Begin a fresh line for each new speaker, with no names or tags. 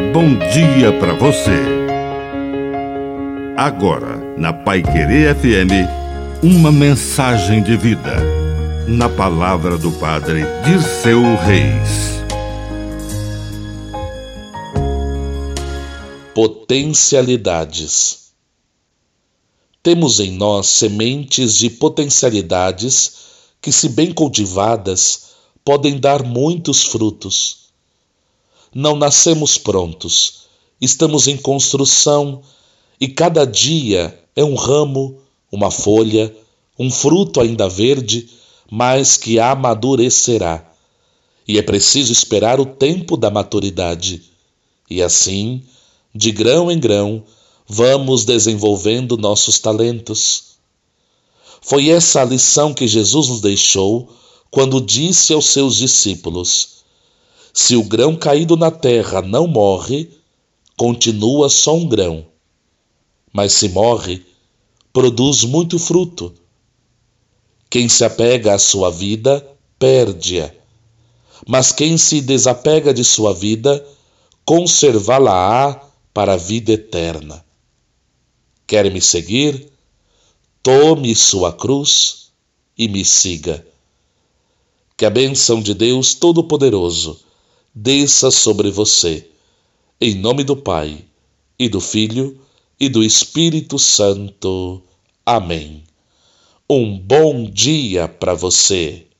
bom dia para você. Agora, na Paiquerê FM, uma mensagem de vida. Na palavra do Padre Dirceu Reis.
Potencialidades. Temos em nós sementes de potencialidades que, se bem cultivadas, podem dar muitos frutos. Não nascemos prontos, estamos em construção e cada dia é um ramo, uma folha, um fruto ainda verde, mas que amadurecerá. E é preciso esperar o tempo da maturidade. E assim, de grão em grão, vamos desenvolvendo nossos talentos. Foi essa a lição que Jesus nos deixou quando disse aos seus discípulos: se o grão caído na terra não morre, continua só um grão. Mas se morre, produz muito fruto. Quem se apega à sua vida, perde-a. Mas quem se desapega de sua vida, conservá-la-á para a vida eterna. Quer me seguir? Tome sua cruz e me siga. Que a bênção de Deus Todo-Poderoso desça sobre você, em nome do Pai, e do Filho, e do Espírito Santo. Amém. Um bom dia para você.